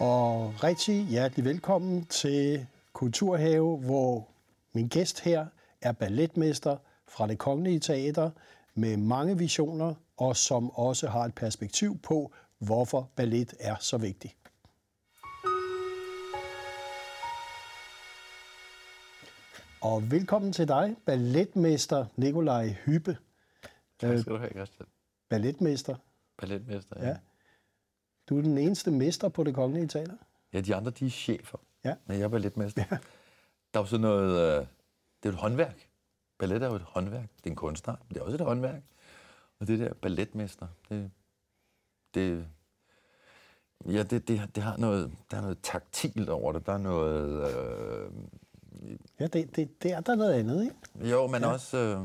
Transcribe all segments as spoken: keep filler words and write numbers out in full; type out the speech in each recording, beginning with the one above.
Og rigtig hjertelig velkommen til Kulturhave, hvor min gæst her er balletmester fra Det Kongelige Teater med mange visioner, og som også har et perspektiv på, hvorfor ballet er så vigtig. Og velkommen til dig, balletmester Nikolaj Hübbe. Tak skal du have, Christian. Balletmester. Balletmester, ja. ja. Du er den eneste mester på Det Kongelige Teater. Ja, de andre, de er chefer. Ja. Men jeg er balletmester. Ja. Der er jo sådan noget... Øh, det er jo et håndværk. Ballet er jo et håndværk. Det er en kunstart, men det er også et håndværk. Og det der balletmester, det... det ja, det, det, det har noget... Der er noget taktilt over det. Der er noget... Øh, ja, det, det, det er der noget andet, ikke? Jo, men ja. også... Øh,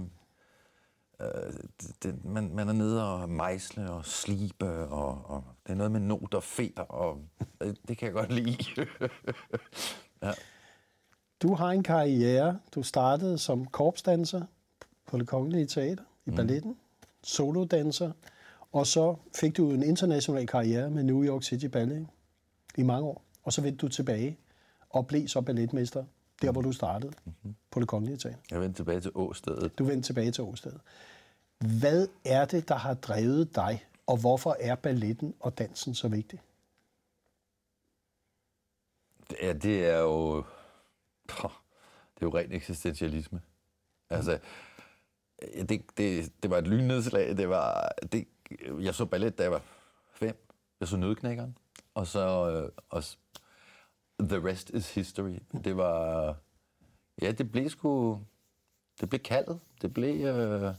Det, det, man, man er nede og mejsle og slibe, og, og det er noget med not og fer, og det kan jeg godt lide. ja. Du har en karriere. Du startede som korpsdanser på Det Kongelige Teater i balletten, mm. solodanser, og så fik du en international karriere med New York City Ballet i mange år. Og så vendte du tilbage og blev så balletmester, der hvor du startede mm-hmm. på Det Kongelige Teater. Jeg vendte tilbage til Åstedet. Du vendte tilbage til Åstedet. Hvad er det, der har drevet dig, og hvorfor er balletten og dansen så vigtig? Ja, det er jo... Det er jo ren eksistentialisme. Altså, det, det, det var et lynnedslag. Det var... Det, jeg så ballet, da jeg var fem. Jeg så Nøddeknækkeren. Og så... Og the rest is history. Det var... Ja, det blev sgu... Det blev kaldet. Det blev... Øh,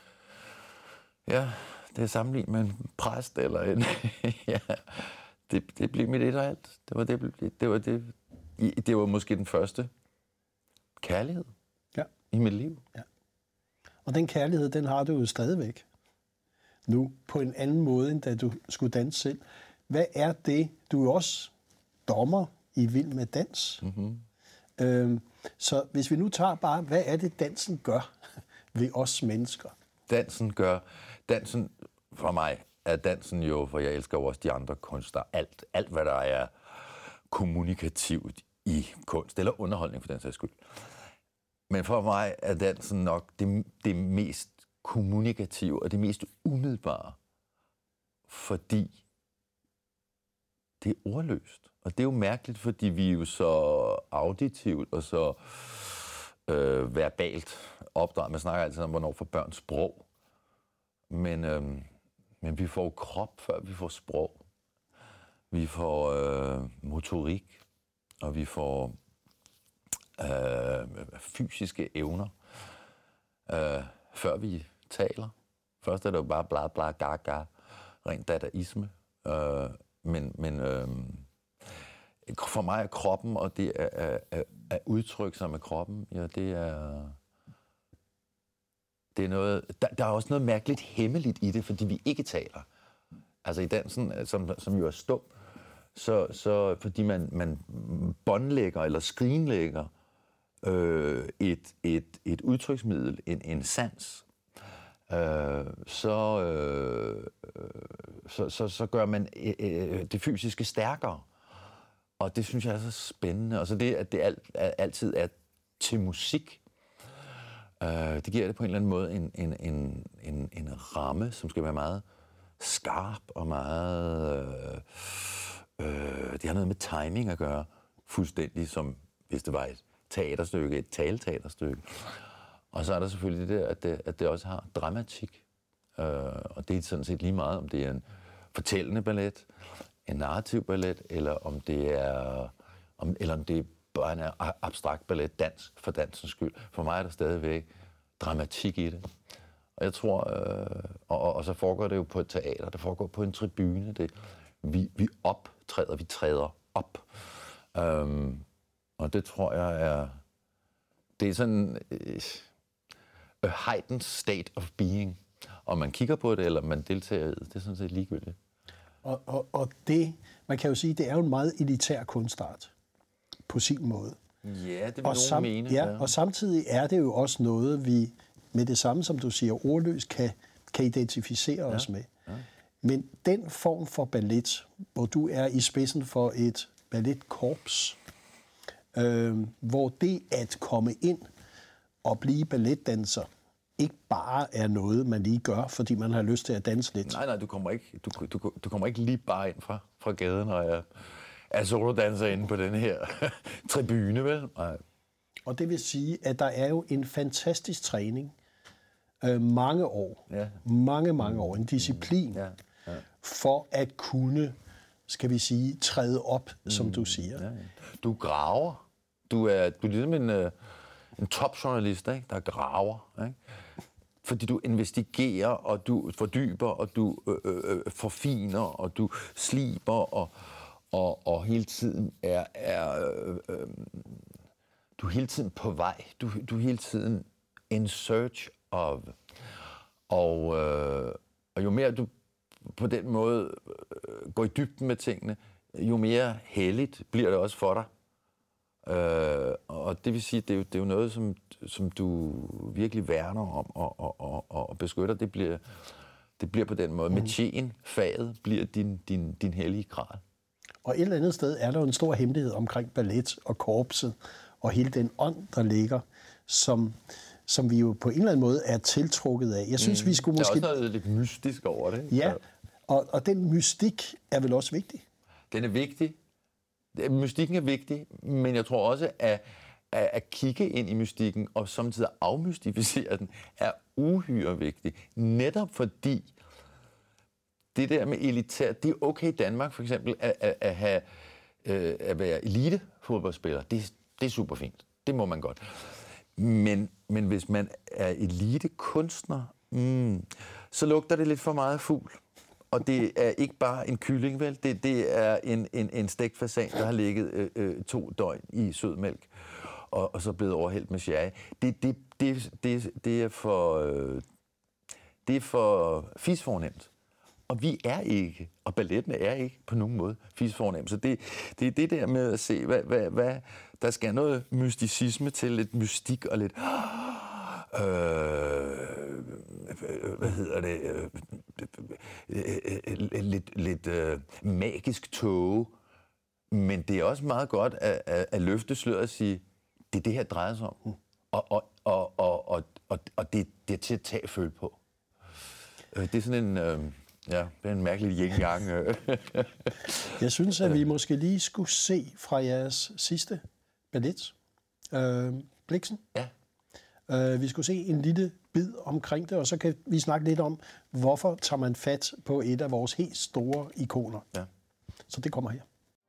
ja, det er sammenlignet med en præst eller en... ja, det, det blev mit et og alt. Det var det, det var det... Det var måske den første kærlighed ja. i mit liv. Ja. Og den kærlighed, den har du jo stadigvæk. Nu på en anden måde, end da du skulle danse selv. Hvad er det? Du er jo også dommer i Vild med Dans. Mm-hmm. Øhm, så hvis vi nu tager bare, hvad er det, dansen gør ved os mennesker? Dansen gør... Dansen, for mig, er dansen jo, for jeg elsker jo også de andre kunster. Alt, alt hvad der er kommunikativt i kunst, eller underholdning for den sags skyld. Men for mig er dansen nok det, det mest kommunikative og det mest umiddelbare, fordi det er ordløst. Og det er jo mærkeligt, fordi vi er jo så auditivt og så øh, verbalt opdraget. Man snakker altid om, hvornår får børn sprog. Men, øh, men vi får krop, før vi får sprog. Vi får øh, motorik, og vi får øh, fysiske evner, øh, før vi taler. Først er det jo bare bla bla gaga, rent dadaisme. Øh, men men øh, for mig er kroppen, og det er at, at udtrykke sig med kroppen, ja, det er... Det er noget, der, der er også noget mærkeligt hemmeligt i det, fordi vi ikke taler. Altså i dansen, som, som jo er stum, så, så fordi man, man båndlægger eller skrinlægger øh, et, et, et udtryksmiddel, en, en sans, øh, så, øh, så, så, så gør man øh, det fysiske stærkere. Og det synes jeg er så spændende. Og så det, at det alt, altid er til musik, Uh, det giver det på en eller anden måde en, en, en, en, en ramme, som skal være meget skarp og meget... Uh, uh, det har noget med timing at gøre, fuldstændig som hvis det var et teaterstykke, et taleteaterstykke. Og så er der selvfølgelig det der, at det, at det også har dramatik. Uh, og det er sådan set lige meget, om det er en fortællende ballet, en narrativ ballet, eller om det er... Om, eller om det er bare en abstrakt ballet, dans for dansens skyld. For mig er der stadigvæk dramatik i det. Og jeg tror, øh, og, og så foregår det jo på et teater, det foregår på en tribune. Det, vi, vi optræder, vi træder op. Um, og det tror jeg er, det er sådan uh, a heightened state of being. Om man kigger på det, eller man deltager i det, det er sådan set ligegyldigt. Og, og, og det, man kan jo sige, det er jo en meget elitær kunstart. På sin måde. Ja, det vil og nogen sam- mene. Ja, ja, og samtidig er det jo også noget, vi med det samme, som du siger, ordløst kan, kan identificere ja, os med. Men den form for ballet, hvor du er i spidsen for et balletkorps, øh, hvor det at komme ind og blive balletdanser ikke bare er noget, man lige gør, fordi man har lyst til at danse lidt. Nej, nej, du kommer ikke, du, du, du kommer ikke lige bare ind fra, fra gaden, og jeg er solodanser inde på den her tribune, vel? Nej. Og det vil sige, at der er jo en fantastisk træning, øh, mange år, Ja. mange, mange år, en disciplin, Ja, ja. for at kunne, skal vi sige, træde op, mm. som du siger. Ja, ja. Du graver. Du er, du er ligesom en, øh, en topjournalist, ikke? Der graver. Ikke? Fordi du investigerer, og du fordyber, og du øh, øh, forfiner, og du sliber, og, og, og hele tiden er... er øh, øh, du er hele tiden på vej. Du, du er hele tiden in search of. Og, øh, og jo mere du på den måde øh, går i dybden med tingene, jo mere helligt bliver det også for dig. Øh, og det vil sige, det er jo, det er jo noget, som, som du virkelig værner om og, og, og, og beskytter. Det bliver, det bliver på den måde. Mm. Metien, faget, bliver din, din, din hellige gral. Og et eller andet sted er der jo en stor hemmelighed omkring ballet og korpset, og hele den ånd, der ligger, som, som vi jo på en eller anden måde er tiltrukket af. Jeg synes, mm. vi skulle måske... Der er også noget lidt mystisk over det. Ja, og, og den mystik er vel også vigtig? Den er vigtig. Mystikken er vigtig, men jeg tror også, at, at, at kigge ind i mystikken og samtidig afmystificere den, er uhyre vigtigt. Netop fordi det der med elitært, det er okay i Danmark for eksempel at, at, at, have, øh, at være elitefodboldspiller. Det, det er super fint. Det må man godt. Men, men hvis man er elitekunstner, mm, så lugter det lidt for meget fugl. Og det er ikke bare en kylling, vel? Det, det er en, en, en stegt fasan, der har ligget øh, øh, to døgn i sødmælk, og, og så blevet overhældt med sherry. Det, det, det, det, det er for, øh, det er for fisfornemt. Og vi er ikke, og balletten er ikke på nogen måde fisfornemt. Så det, det er det der med at se, hvad, hvad, hvad der skal noget mysticisme til, lidt mystik og lidt... Øh, hvad hedder det? Øh, lidt lidt øh, magisk tåge. Men det er også meget godt at, at, at løfte sløret og sige, det er det her, drejer sig om. Og, og, og, og, og, og, og det, det er til at tage føle på. Det er sådan en... Øh, ja, det er en mærkelig yin-yang. Jeg synes, at vi måske lige skulle se fra jeres sidste ballet, øh, Blixen. Ja. Uh, vi skulle se en lille bid omkring det, og så kan vi snakke lidt om, hvorfor tager man fat på et af vores helt store ikoner. Ja. Så det kommer her.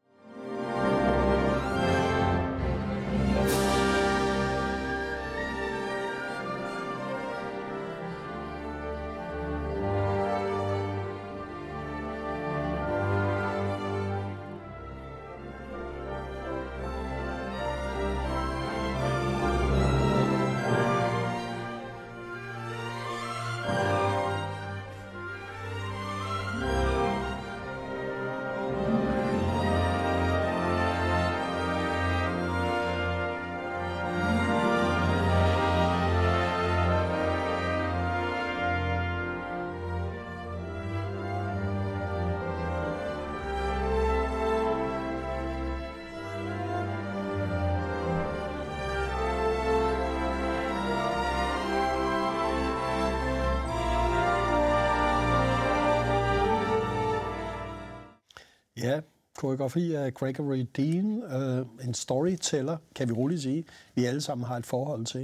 Ja, koreografi af Gregory Dean, øh, en storyteller, kan vi roligt sige, vi alle sammen har et forhold til.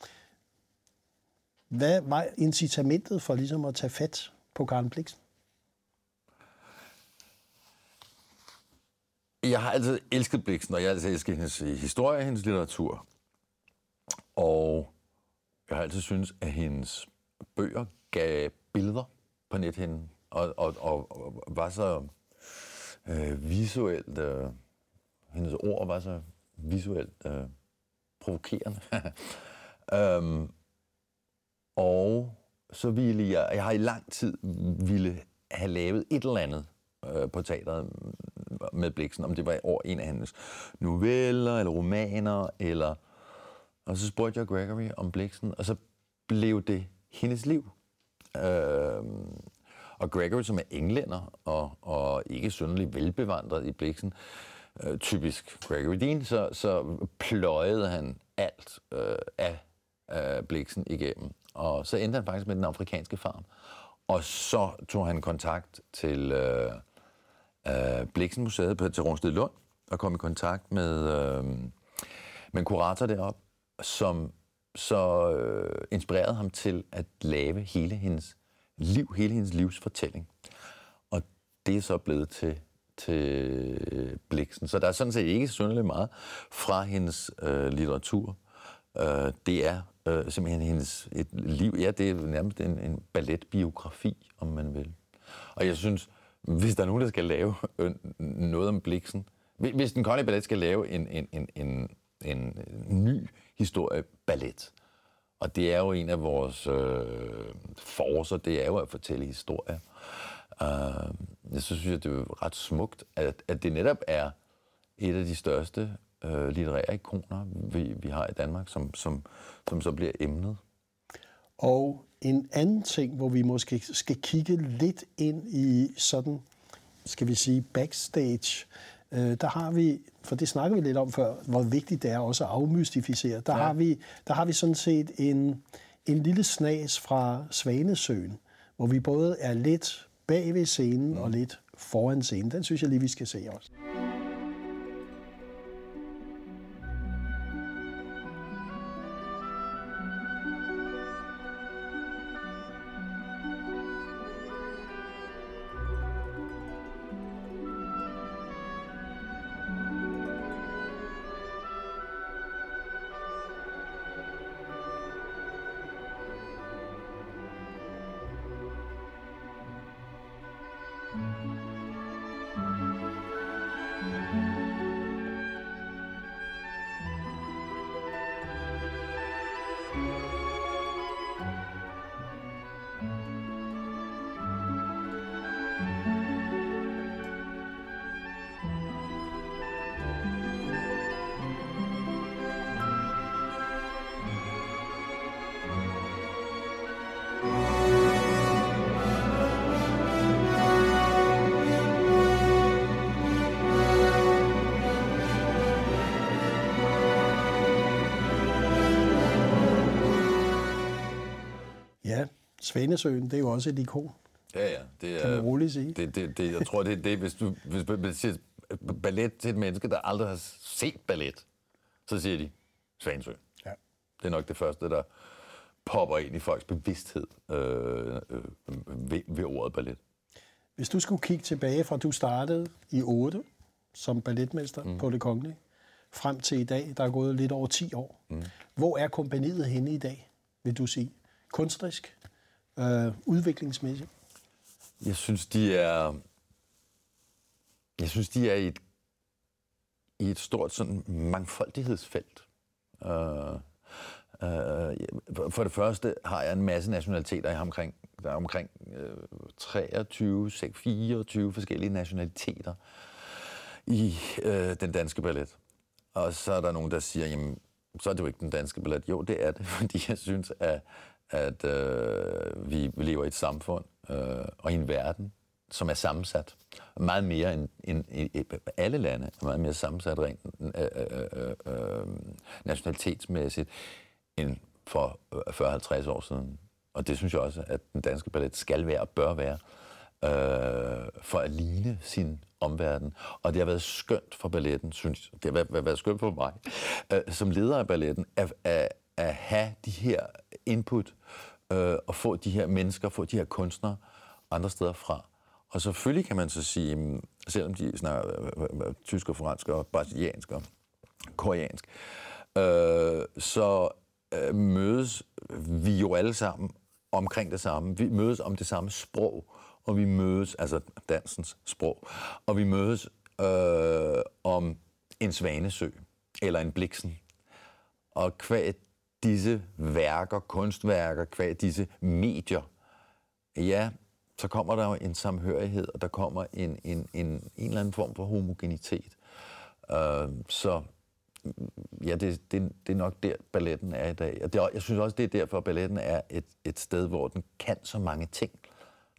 Hvad var incitamentet for ligesom at tage fat på Karen Blixen? Jeg har altid elsket Blixen, og jeg har altid elsket hendes historie, hendes litteratur. Og jeg har altid syntes, at hendes bøger gav billeder på nethinden, og, og, og, og var så øh, visuelt, øh, hendes ord var så visuelt øh, provokerende. um, og så ville jeg, jeg har i lang tid ville have lavet et eller andet øh, på teateret med Blixen, om det var over en af hendes noveller, eller romaner, eller... Og så spurgte jeg Gregory om Blixen, og så blev det hendes liv. Øh, Og Gregory, som er englænder og, og ikke synderligt velbevandret i Blixen, øh, typisk Gregory Dean, så, så pløjede han alt øh, af, af Blixen igennem. Og så endte han faktisk med den afrikanske farm. Og så tog han kontakt til øh, øh, Blixen-museet på til Rungsted Lund og kom i kontakt med, øh, med en kurator deroppe, som så øh, inspirerede ham til at lave hele hendes liv, hele hendes livsfortælling. Og det er så blevet til, til Blixen. Så der er sådan set ikke synderligt meget fra hendes øh, litteratur. Øh, det er øh, simpelthen hendes et liv. Ja, det er nærmest en, en balletbiografi, om man vil. Og jeg synes, hvis der er nogen, der skal lave øh, noget om Blixen, hvis den Kongelige Ballet skal lave en, en, en, en, en ny historie ballet, og det er jo en af vores øh, forcer, det er jo at fortælle historier. Uh, jeg synes, at det er ret smukt, at, at det netop er et af de største øh, litterære ikoner, vi, vi har i Danmark, som, som, som så bliver emnet. Og en anden ting, hvor vi måske skal kigge lidt ind i sådan, skal vi sige, backstage, øh, der har vi, for det snakker vi lidt om før, hvor vigtigt det er også at afmystificere. Der, ja. har, vi, der har vi sådan set en, en lille snas fra Svanesøen, hvor vi både er lidt bag ved scenen mm. og lidt foran scenen. Den synes jeg lige, vi skal se også. Ja, Svanesøen, det er jo også et ikon. Ja, ja. Det er, kan man roligt sige. Det, det, det, jeg tror, det er det, hvis du hvis man siger ballet til et menneske, der aldrig har set ballet, så siger de Svanesøen. Ja. Det er nok det første, der popper ind i folks bevidsthed øh, øh, ved, ved ordet ballet. Hvis du skulle kigge tilbage fra du startede i otte som balletmester mm. på Det Kongelige, frem til i dag, der er gået lidt over ti år. Mm. Hvor er kompagniet henne i dag, vil du sige? Kunstnerisk, øh, udviklingsmæssigt? Jeg synes, de er, jeg synes, de er i et, i et stort sådan mangfoldighedsfelt. Uh, uh, for det første har jeg en masse nationaliteter. Jeg har omkring, der er omkring uh, treogtyve, fireogtyve forskellige nationaliteter i uh, den danske ballet. Og så er der nogen, der siger, jamen, så er det jo ikke den danske ballet. Jo, det er det, fordi jeg synes, at at øh, vi lever i et samfund øh, og i en verden, som er sammensat. Meget mere end, end, end alle lande er meget mere sammensat rent øh, øh, øh, nationalitetsmæssigt end for fyrre til halvtreds år siden. Og det synes jeg også, at den danske ballet skal være og bør være øh, for at ligne sin omverden. Og det har været skønt for balletten, synes jeg. Det har været, været skønt for mig, øh, som leder af balletten, at, at at have de her input, øh, og få de her mennesker, få de her kunstnere andre steder fra. Og selvfølgelig kan man så sige, selvom de snakker øh, tysk og fransk og brasiliansk og koreansk, øh, så øh, mødes vi jo alle sammen omkring det samme. Vi mødes om det samme sprog, og vi mødes, altså dansens sprog, og vi mødes øh, om en Svanesø eller en Blixen. Og kvad disse værker, kunstværker, kvad disse medier, ja, så kommer der jo en samhørighed, og der kommer en, en, en, en eller anden form for homogenitet. Uh, så ja, det, det, det er nok der, balletten er i dag. Og det, jeg synes også, det er derfor, balletten er et, et sted, hvor den kan så mange ting.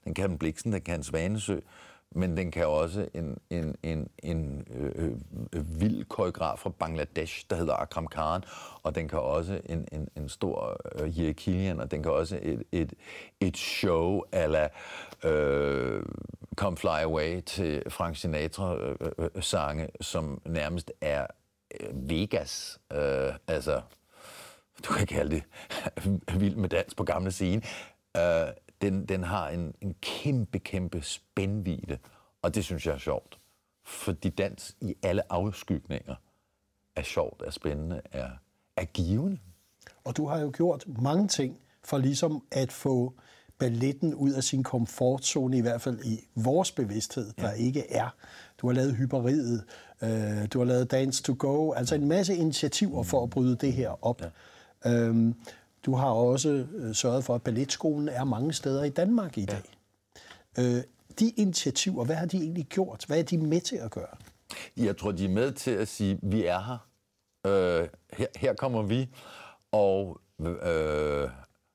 Den kan en Bliksen, den kan en Svanesø, men den kan også en, en, en, en øh, øh, vild koreograf fra Bangladesh, der hedder Akram Khan, og den kan også en, en, en stor øh, Jere Kilian, og den kan også et, et, et show a la øh, Come Fly Away til Frank Sinatra-sange, øh, øh, som nærmest er øh, Vegas. Øh, altså, du kan kalde det vild med dans på gamle scene. Øh, Den, den har en, en kæmpe, kæmpe spændvidde, og det synes jeg er sjovt. Fordi dans i alle afskygninger er sjovt, er spændende, er, er givende. Og du har jo gjort mange ting for ligesom at få balletten ud af sin komfortzone, i hvert fald i vores bevidsthed, der ja. ikke er. Du har lavet Hyperiet, øh, du har lavet Dance to Go, altså en masse initiativer for at bryde det her op. Ja. Øhm, Du har også øh, sørget for, at balletskolen er mange steder i Danmark i dag. Ja. Øh, de initiativer, hvad har de egentlig gjort? Hvad er de med til at gøre? Jeg tror, de er med til at sige, at vi er her. Øh, her, her kommer vi, og øh,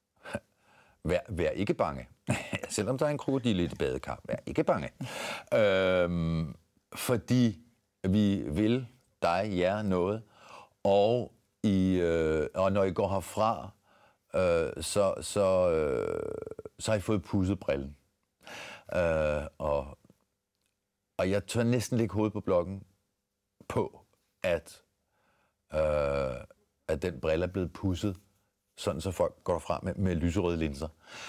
vær, vær ikke bange. Selvom der er en krokodil i et badekar, vær ikke bange. Øh, fordi vi vil dig, jer noget, og, I, øh, og når I går herfra, Øh, så, så, øh, så har I fået pudset brillen. Øh, og, og jeg tør næsten lægge hovedet på blokken på, at, øh, at den brille er blevet pudset, sådan så folk går derfra med, med lyserøde linser.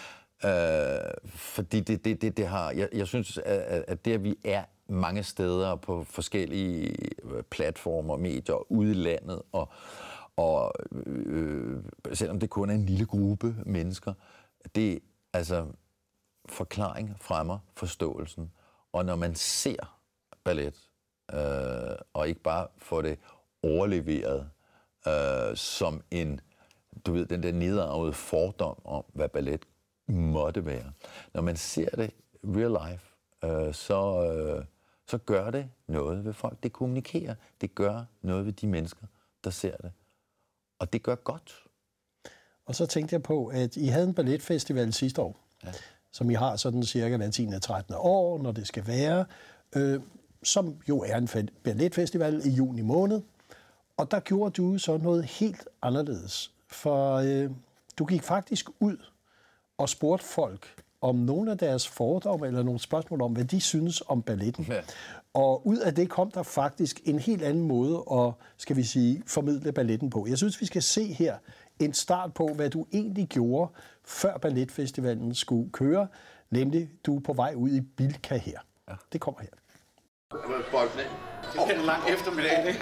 Øh, fordi det, det, det, det har... Jeg, jeg synes, at, at det, at vi er mange steder på forskellige platformer, medier, ude i landet, og Og øh, selvom det kun er en lille gruppe mennesker, det er altså forklaring fremmer forståelsen. Og når man ser ballet, øh, og ikke bare får det overleveret øh, som en, du ved, den der nedarvede fordom om, hvad ballet måtte være. Når man ser det real life, øh, så, øh, så gør det noget ved folk. Det kommunikerer. Det gør noget ved de mennesker, der ser det. Og det gør godt. Og så tænkte jeg på, at I havde en balletfestival sidste år, ja. som I har sådan cirka hver tiende og trettende år, når det skal være, øh, som jo er en balletfestival i juni måned. Og der gjorde du så noget helt anderledes. For øh, du gik faktisk ud og spurgte folk om nogle af deres fordomme eller nogle spørgsmål om, hvad de synes om balletten. Ja. Og ud af det kom der faktisk en helt anden måde at, skal vi sige, formidle balletten på. Jeg synes, vi skal se her en start på, hvad du egentlig gjorde, før balletfestivalen skulle køre, nemlig du er på vej ud i Bilka her. Ja. Det kommer her. Det er en lang eftermiddag.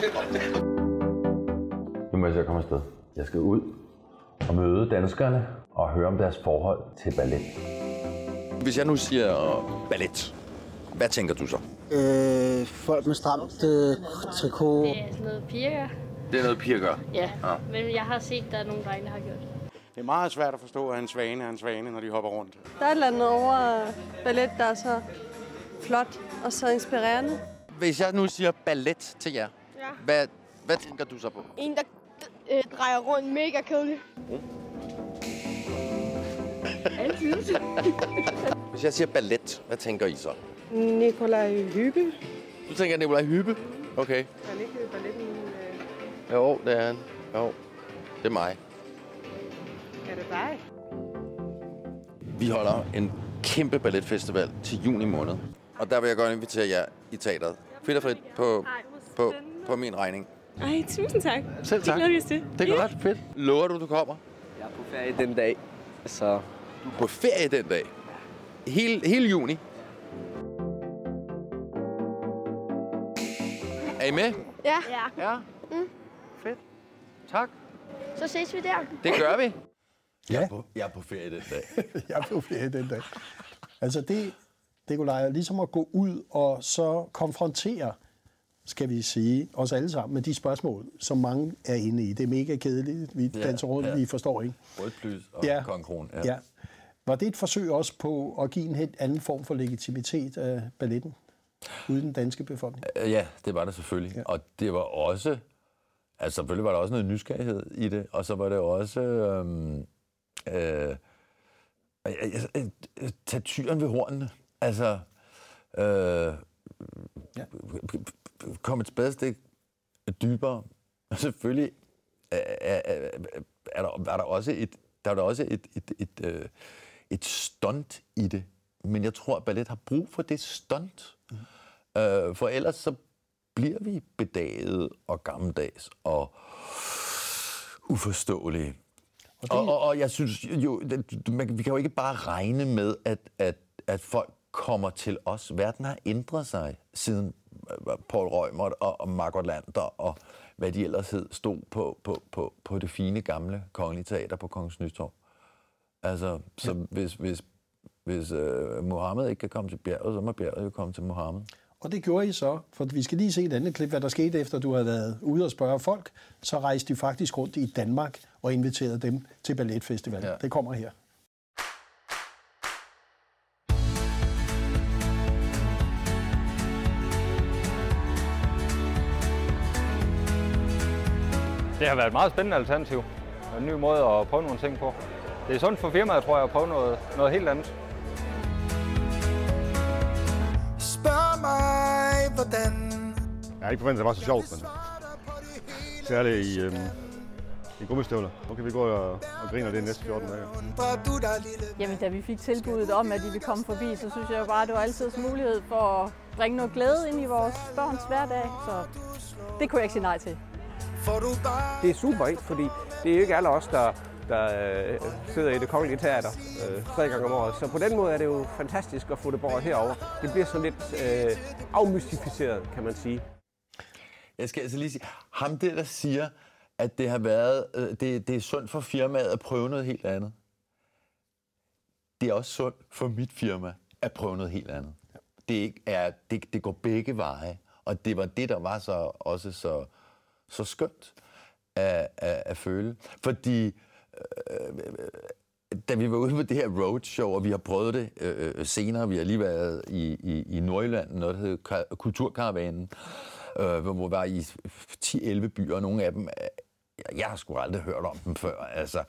Nu må jeg så komme afsted. Jeg skal ud og møde danskerne og høre om deres forhold til ballet. Hvis jeg nu siger ballet, hvad tænker du så? Øh, folk med stramt øh, trikot. Det er sådan noget piger gør. Det er noget piger gør? Ja, ja, men jeg har set, at der er nogle drenge, der har gjort det. Det er meget svært at forstå, at en svane er en svane, når de hopper rundt. Der er et eller andet over ballet, der er så flot og så inspirerende. Hvis jeg nu siger ballet til jer, ja. hvad, hvad tænker du så på? En, der øh, drejer rundt mega kedeligt. Mm. Altid. Hvis jeg siger ballet, hvad tænker I så? Nikolaj Hyppe. Du tænker Nikolaj Hyppe? Okay. Han er ikke balletten. Øh... Jo, det er han. Jo, det er mig. Er det dig? Vi holder en kæmpe balletfestival til juni måned. Og der vil jeg godt invitere jer i teateret. Fedt og frit på, på, på min regning. Ej, tusind tak. Selv tak. Det glæder vi os til. Det er godt. Fedt. Lover du, du kommer? Jeg er på ferie den dag, så... Du er på ferie den dag? Hele, hele juni? Er I med? Ja. Ja. Mm. Fedt. Tak. Så ses vi der. Det gør vi. Jeg er på, jeg er på ferie den dag. Jeg er på ferie den dag. Altså det, Nikolaj, er ligesom at gå ud og så konfrontere, skal vi sige, os alle sammen med de spørgsmål, som mange er inde i. Det er mega kedeligt. Vi Ja, danser rundt, ja. vi forstår ikke. Rødplys og Ja. kongekron. Ja. Var det et forsøg også på at give en helt anden form for legitimitet af balletten ude i den danske befolkning? Ja, det var det selvfølgelig. Ja. Og det var også... Altså selvfølgelig var der også noget nysgerrighed i det, og så var det også... Øhm, øh, jeg, tage tyren ved hornene. Altså, øh, ja. kom et spadestik dybere. Og selvfølgelig er, er, er, der, er der også et, der er der også et, et, et, et, et stunt i det. Men jeg tror, at ballet har brug for det stunt. Mm. Øh, for ellers så bliver vi bedaget og gammeldags og uforståelige. Og, det... og, og, og jeg synes jo, man, vi kan jo ikke bare regne med, at, at, at folk kommer til os. Verden har ændret sig siden Paul Reumert og, og Margot Lander og hvad de ellers hed, stod på, på, på, på det fine gamle Kongelige Teater på Kongens Nytorv. Altså, så ja. hvis, hvis, hvis uh, Mohammed ikke kan komme til bjerget, så må bjerget jo komme til Mohammed. Og det gjorde I så, for vi skal lige se et andet klip, hvad der skete efter, du havde været ude og spørge folk. Så rejste de faktisk rundt i Danmark og inviterede dem til balletfestivalen. Ja. Det kommer her. Det har været et meget spændende alternativ. En ny måde at prøve nogle ting på. Det er sundt for firmaet, tror jeg, at prøve noget, noget helt andet. Spørg mig, hvordan... Jeg har ikke forventet, at det var så sjovt, men særligt i, øhm, i gummistøvler. Nu kan vi gå og, og grine det næste fjorten dage. Jamen, da vi fik tilbuddet om, at de ville komme forbi, så synes jeg jo bare, at det var altid en mulighed for at bringe noget glæde ind i vores børns hverdag. Så det kunne jeg ikke sige nej til. Det er super, ikke? Fordi det er jo ikke alle os, der, der øh, sidder i Det Kongelige Teater øh, tre gange om året. Så på den måde er det jo fantastisk at få det båret herover. Det bliver så lidt øh, afmystificeret, kan man sige. Jeg skal altså lige sige, ham der, der siger, at det har været, øh, det, det er sundt for firmaet at prøve noget helt andet. Det er også sundt for mit firma at prøve noget helt andet. Det, ikke er, det, det går begge veje, og det var det, der var så også så så skønt at, at, at føle. Fordi øh, da vi var ude på det her roadshow, og vi har prøvet det øh, senere, vi har lige været i, i, i Nordjylland, noget der hedder Kulturkaravanen, øh, hvor vi var i ti elleve byer, og nogle af dem, jeg, jeg har sgu aldrig hørt om dem før. Altså.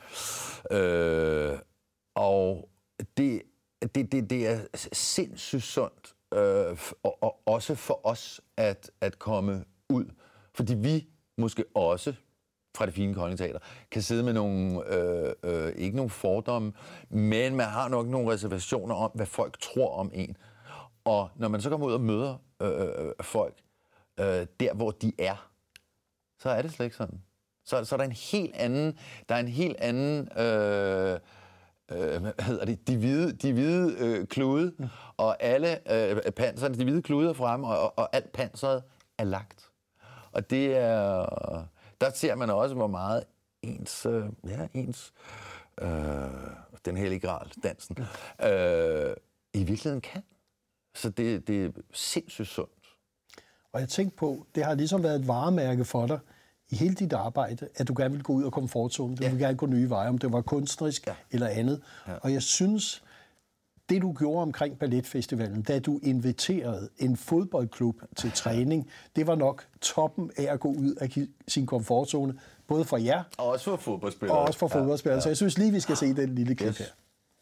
Øh, og det, det, det, det er sindssygt sundt, øh, og, og også for os at, at komme ud. Fordi vi måske også fra det fine Kongelige Teater kan sidde med nogle, øh, øh, ikke nogle fordomme, men man har nok nogle reservationer om, hvad folk tror om en. Og når man så kommer ud og møder øh, folk øh, der, hvor de er, så er det slet ikke sådan. Så, så er der en helt anden, der er en helt anden, øh, øh, hvad hedder det, de hvide, de hvide øh, klude, mm. og alle øh, panserne, de hvide klude er fremme, og, og, og alt panseret er lagt. Og det er, der ser man også, hvor meget ens, øh, ja, ens, øh, den hellige gral, dansen, øh, i virkeligheden kan. Så det, det er sindssygt sundt. Og jeg tænkte på, det har ligesom været et varemærke for dig i hele dit arbejde, at du gerne vil gå ud af komfortzonen. Du ja. vil gerne gå nye veje, om det var kunstnerisk ja. eller andet. Ja. Og jeg synes, det du gjorde omkring balletfestivalen, da du inviterede en fodboldklub til træning, det var nok toppen af at gå ud af sin komfortzone, både for jer og også for fodboldspillere. Og også for fodboldspillere. Ja. Så jeg synes lige, vi skal se den lille klip yes. her.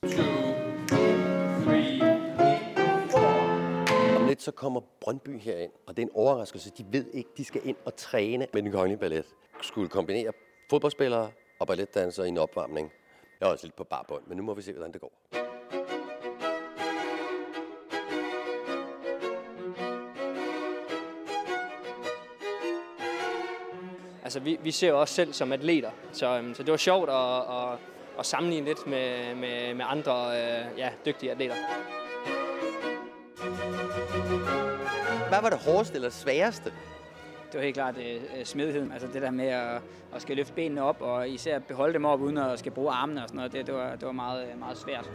Om lidt så kommer Brøndby herind, og det er en overraskelse. De ved ikke, de skal ind og træne med den kongelige ballet. Skulle kombinere fodboldspillere og balletdansere i en opvarmning. Jeg er også lidt på barbund, men nu må vi se, hvordan det går. Altså, vi, vi ser jo også selv som atleter, så, um, så det var sjovt at, at, at sammenligne lidt med, med, med andre uh, ja, dygtige atleter. Hvad var det hårdeste eller sværeste? Det var helt klart uh, smidigheden, altså det der med at, at skal løfte benene op, og især beholde dem op, uden at skal bruge armene og sådan noget, det, det, var, det var meget, meget svært.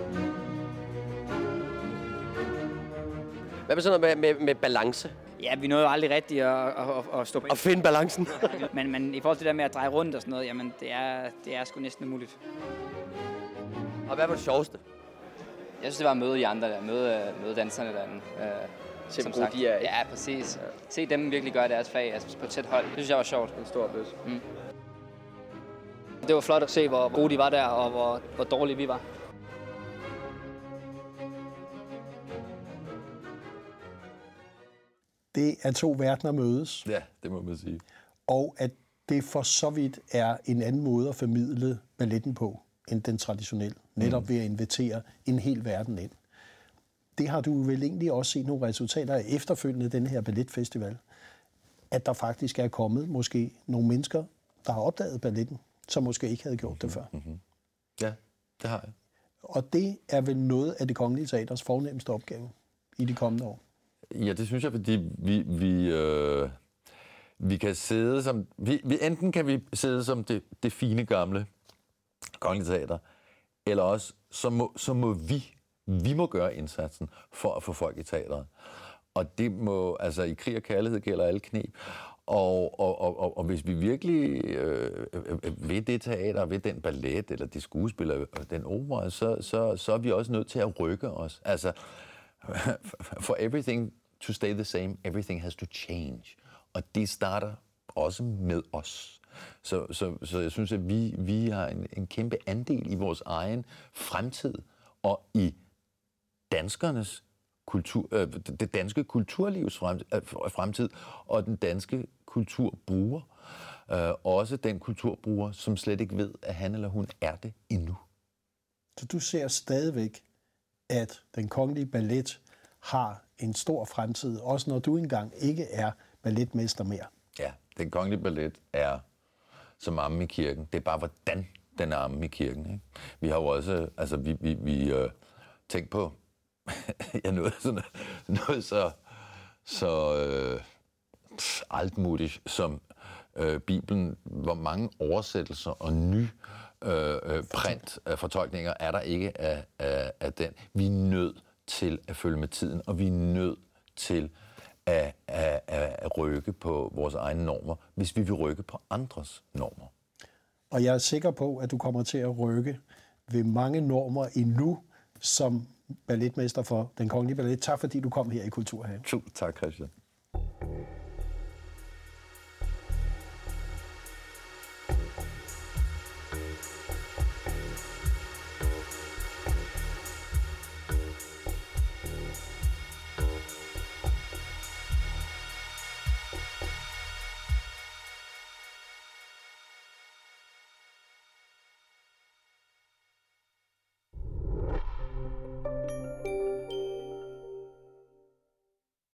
Hvad med sådan noget med, med, med balance? Ja, vi nåede jo aldrig rigtigt at, at, at, at stå på. At finde balancen. men, men i forhold til det der med at dreje rundt og sådan noget, jamen det er, det er sgu næsten umuligt. Og hvad var det sjoveste? Jeg synes, det var at møde de andre der, møde, møde danserne derinde. Øh, som sagt. De er, ikke? Ja, præcis. Ja. Se dem virkelig gøre deres fag, altså på tæt hold. Det synes jeg var sjovt. En stor oplevelse. Mm. Det var flot at se, hvor gode de var der, og hvor, hvor dårlige vi var. det er to verdener mødes. Ja, det må man sige. Og at det for så vidt er en anden måde at formidle balletten på, end den traditionelle. Netop mm. ved at invitere en hel verden ind. Det har du vel egentlig også set nogle resultater af efterfølgende den her balletfestival. At der faktisk er kommet måske nogle mennesker, der har opdaget balletten, som måske ikke havde gjort mm-hmm. det før. Mm-hmm. Ja, det har jeg. Og det er vel noget af Det Kongelige Teaters fornemmeste opgave i de kommende år. Ja, det synes jeg, fordi vi, vi, øh, vi kan sidde som... Vi, vi, enten kan vi sidde som det, det fine gamle Kongelige Teater, eller også så må, så må vi, vi må gøre indsatsen for at få folk i teateret. Og det må, altså i Krig og Kærlighed gælder alle kneb. Og, og, og, og hvis vi virkelig øh, ved det teater, ved den ballet, eller de skuespillere, den opera, så, så, så er vi også nødt til at rykke os. Altså, for everything to stay the same, everything has to change. Og det starter også med os. Så, så, så jeg synes, at vi, vi har en, en kæmpe andel i vores egen fremtid, og i danskernes kultur, øh, det danske kulturlivs fremtid, og den danske kulturbruger. Øh, også den kulturbruger, som slet ikke ved, at han eller hun er det endnu. Så du ser stadigvæk, at den kongelige ballet har en stor fremtid, også når du engang ikke er balletmester mere? Ja, den kongelige ballet er som armen i kirken. Det er bare, hvordan den er armen i kirken. Ikke? Vi har jo også, altså vi, vi, vi øh, tænkt på, ja, noget, sådan, noget så, så øh, altmutigt som øh, Bibelen. Hvor mange oversættelser og ny øh, øh, print øh, fortolkninger er der ikke af, af, af den. Vi er nødt til at følge med tiden, og vi er nødt til at, at, at rykke på vores egne normer, hvis vi vil rykke på andres normer. Og jeg er sikker på, at du kommer til at rykke ved mange normer endnu som balletmester for Den Kongelige Ballet. Tak fordi du kom her i Kulturhaven. Tusind tak, Christian.